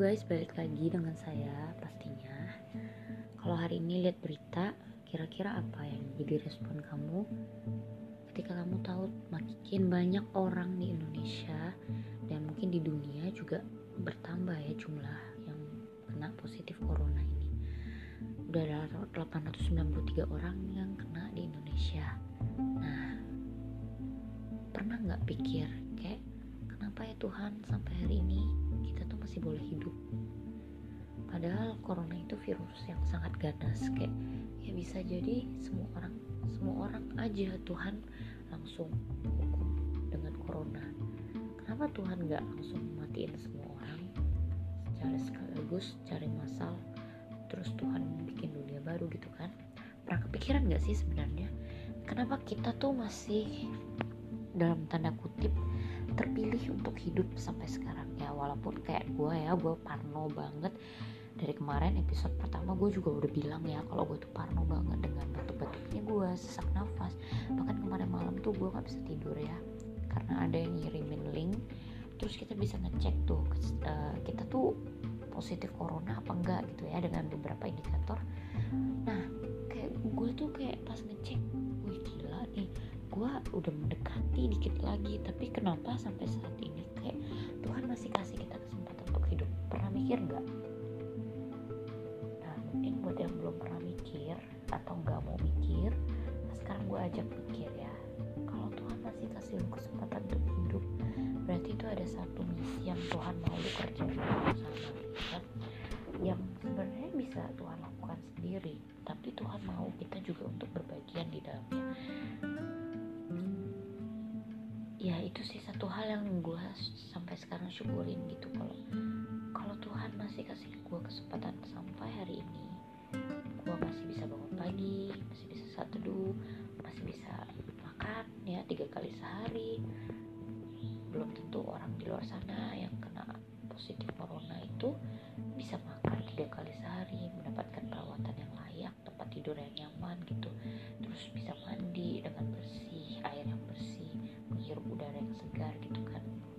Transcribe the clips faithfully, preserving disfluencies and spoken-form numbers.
guys, balik lagi dengan saya pastinya. Kalau hari ini lihat berita, kira-kira apa yang jadi respon kamu ketika kamu tahu makin banyak orang di Indonesia dan mungkin di dunia juga bertambah ya jumlah yang kena positif corona ini. Udah ada delapan ratus sembilan puluh tiga orang yang kena di Indonesia. Nah, pernah gak pikir kayak kenapa ya Tuhan sampai hari ini kita tuh masih boleh hidup? Padahal corona itu virus yang sangat ganas, kayak ya bisa jadi semua orang semua orang aja Tuhan langsung hukum dengan corona. Kenapa Tuhan gak langsung matiin semua orang secara sekaligus, cari masal, terus Tuhan bikin dunia baru gitu kan? Pernah kepikiran gak sih sebenarnya kenapa kita tuh masih dalam tanda kutip terpilih untuk hidup sampai sekarang ya? Walaupun kayak gue ya, gue parno banget dari kemarin episode pertama. Gue juga udah bilang ya kalau gue tuh parno banget dengan batuk-batuknya gue, sesak nafas. Bahkan kemarin malam tuh gue gak bisa tidur ya, karena ada yang ngirimin link, terus kita bisa ngecek tuh uh, kita tuh positif corona apa enggak gitu ya, dengan beberapa indikator. Nah kayak gue tuh kayak pas ngecek, wih gila nih, gue udah mendekati dikit lagi, tapi kenapa sampai saat ini kayak Tuhan masih kasih kita kesempatan untuk hidup? Pernah mikir gak? Nah mungkin buat yang belum pernah mikir atau gak mau mikir, nah sekarang gue ajak mikir ya. Kalau Tuhan masih kasih lu kesempatan untuk hidup, berarti itu ada satu misi yang Tuhan mau lu kerjain sama kita, yang sebenarnya bisa Tuhan lakukan sendiri, tapi Tuhan mau kita juga untuk berbagian di dalamnya. Ya itu sih satu hal yang gue sampai sekarang syukurin gitu, kalau kalau Tuhan masih kasih gue kesempatan sampai hari ini, gue masih bisa bangun pagi, masih bisa saat teduh, masih bisa makan ya tiga kali sehari. Belum tentu orang di luar sana yang kena positif corona itu bisa makan tiga kali sehari, mendapatkan perawatan yang layak, tempat tidur yang nyaman gitu, terus bisa mandi dengan bersih, air yang bersih, menghirup udara yang segar gitu kan,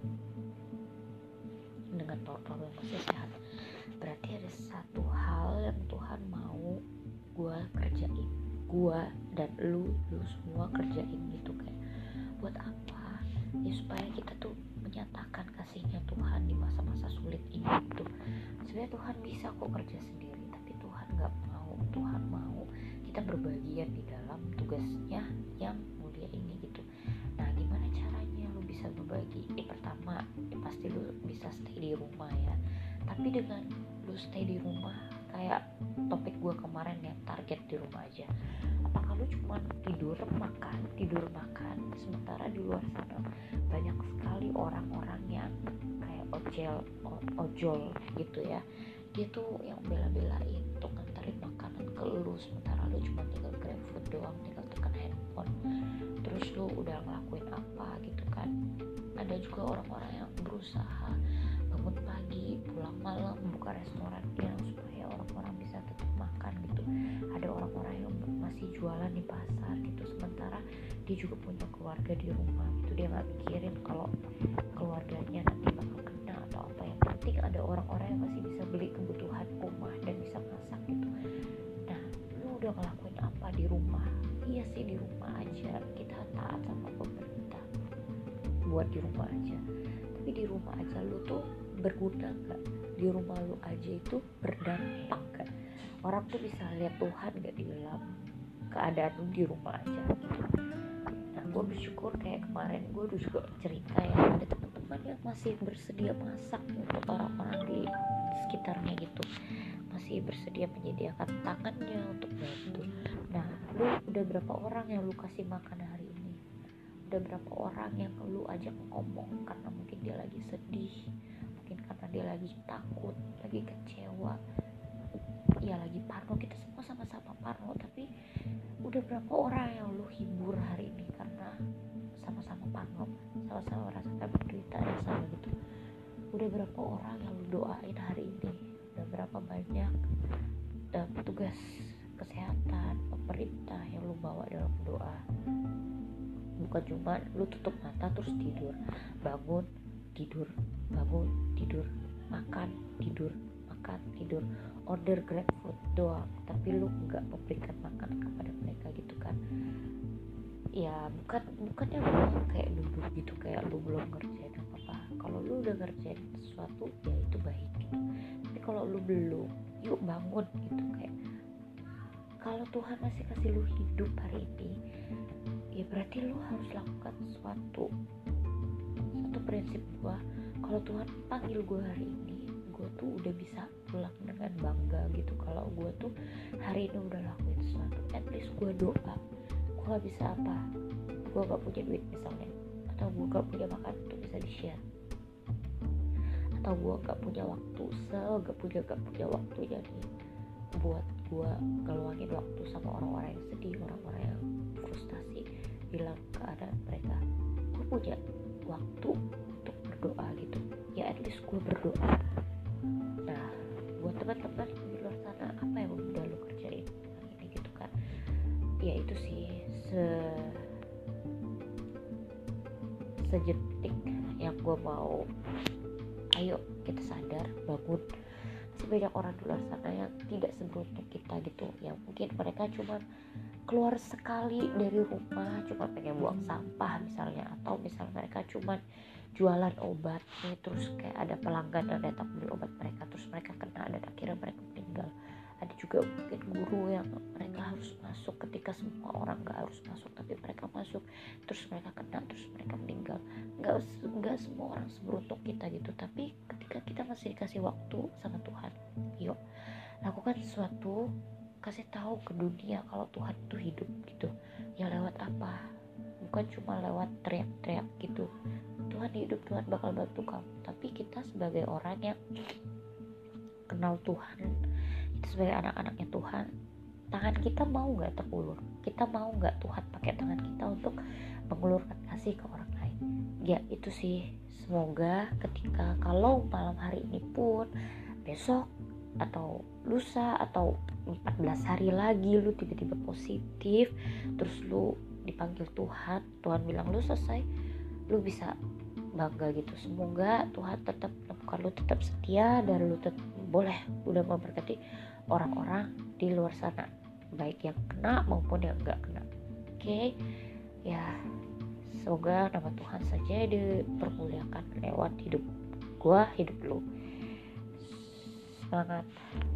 dengan paru-paru yang masih sehat. Berarti ada satu hal yang Tuhan mau gue kerjain, gue dan lu, lu semua kerjain gitu. Kayak buat apa? Ya supaya kita tuh menyatakan kasihnya Tuhan di masa-masa sulit ini gitu. Sebenarnya Tuhan bisa kok kerja sendiri, tapi Tuhan gak mau. Tuhan mau kita berbagian di dalam tugasnya yang mulia ini gitu. Nah gimana caranya lu bisa berbagi? Ya pertama ya pasti lu bisa stay di rumah ya, tapi dengan lu stay di rumah, kayak topik gue kemarin ya, target di rumah aja. Apakah lu cuma tidur makan tidur makan sementara di luar sana banyak sekali orang-orang yang kayak ojol ojol gitu ya, dia tuh yang bela-belain untuk nganterin makanan ke lu, sementara lu cuma tinggal grab food doang, tinggal tekan handphone, terus lu udah ngelakuin apa gitu kan. Ada juga orang-orang yang berusaha bangun pagi pulang malam buka restorannya supaya orang-orang bisa tetap makan gitu. Ada orang-orang yang masih jualan di pasar gitu, sementara dia juga punya keluarga di rumah gitu. Dia nggak mikirin kalau keluarganya nanti bakal kena atau apa, yang penting ada orang-orang yang masih bisa beli kebutuhan rumah dan bisa masak gitu. Nah lu udah ngelakuin apa di rumah? Iya sih di rumah aja, kita taat sama pemerintah buat di rumah aja, tapi di rumah aja lu tuh berguna gak? Di rumah lu aja itu berdampak gak? Orang tuh bisa lihat Tuhan gak di dalam keadaan lu di rumah aja gitu. Nah gue bersyukur kayak kemarin gue juga cerita ya, ada teman-teman yang masih bersedia masak untuk orang-orang di sekitarnya gitu, masih bersedia menyediakan tangannya untuk bantu. Nah lu udah berapa orang yang lu kasih makan hari ini? Udah berapa orang yang lu ajak ngomong karena mungkin dia lagi sedih, mungkin karena dia lagi takut, lagi kecewa, ya lagi parno, kita semua sama-sama parno, tapi udah berapa orang yang lu hibur hari ini karena sama-sama parno, sama-sama merasakan penderitaan yang sama gitu. Udah berapa orang yang lu doain hari ini? Udah berapa banyak dan petugas kesehatan pemerintah yang lu bawa dalam doa? Bukan cuma lu tutup mata terus tidur, bangun tidur, bangun tidur. makan tidur, makan tidur, order GrabFood doang, tapi lu nggak memberikan makan kepada mereka gitu kan. Ya bukan bukannya lu kayak duduk gitu, kayak lu belum ngerjain apa-apa. Kalau lu udah ngerjain sesuatu ya itu baik gitu, tapi kalau lu belum, yuk bangun gitu. Kayak kalau Tuhan masih kasih lu hidup hari ini, ya berarti lu harus lakukan sesuatu. Satu prinsip gua, kalau Tuhan panggil gua hari ini, gua tuh udah bisa pulang dengan bangga gitu. Kalau gua tuh hari ini udah lakuin sesuatu, at least gua doa. Gua gak bisa apa, gua gak punya duit misalnya, atau gua gak punya makan untuk bisa di share, atau gua gak punya waktu, sel gak punya gak punya waktunya nih buat gua ngeluangin waktu sama orang-orang yang sedih, orang-orang yang frustasi, bilang keadaan mereka. Gua punya waktu untuk berdoa gitu, ya at least gua berdoa. Nah buat teman-teman di luar sana, apa yang udah lo kerjain hari ini gitu kan. Ya itu sih se sejetik yang gue mau. Ayo kita sadar, bangun. Masih banyak orang di luar sana yang tidak seberuntung kita gitu, yang mungkin mereka cuma keluar sekali dari rumah cuma pengen buang sampah misalnya, atau misalnya mereka cuma jualan obat nih, terus kayak ada pelanggan yang datang beli obat mereka, terus mereka kena dan akhirnya mereka meninggal. Ada juga mungkin guru yang mereka harus masuk ketika semua orang gak harus masuk, tapi mereka masuk, terus mereka kena, terus mereka meninggal. Gak, gak semua orang seberuntung kita gitu, tapi ketika kita masih dikasih waktu sama Tuhan, yuk lakukan sesuatu, kasih tahu ke dunia kalau Tuhan itu hidup gitu. Ya lewat apa? Bukan cuma lewat teriak-teriak gitu, Tuhan hidup, Tuhan bakal bantu kamu. Tapi kita sebagai orang yang kenal Tuhan, kita sebagai anak-anaknya Tuhan, tangan kita mau gak terulur? Kita mau gak Tuhan pakai tangan kita untuk mengulurkan kasih ke orang lain? Ya itu sih, semoga ketika kalau malam hari ini pun, besok atau lusa atau empat belas hari lagi lu tiba-tiba positif, terus lu dipanggil Tuhan, Tuhan bilang lu selesai, lu bisa bangga gitu. Semoga Tuhan tetap menemukan lu, tetap setia, dan lu tetap boleh udah memberkati orang-orang di luar sana, baik yang kena maupun yang enggak kena. Oke okay? Ya semoga nama Tuhan saja dipermuliakan lewat hidup gua, hidup lu. Semangat.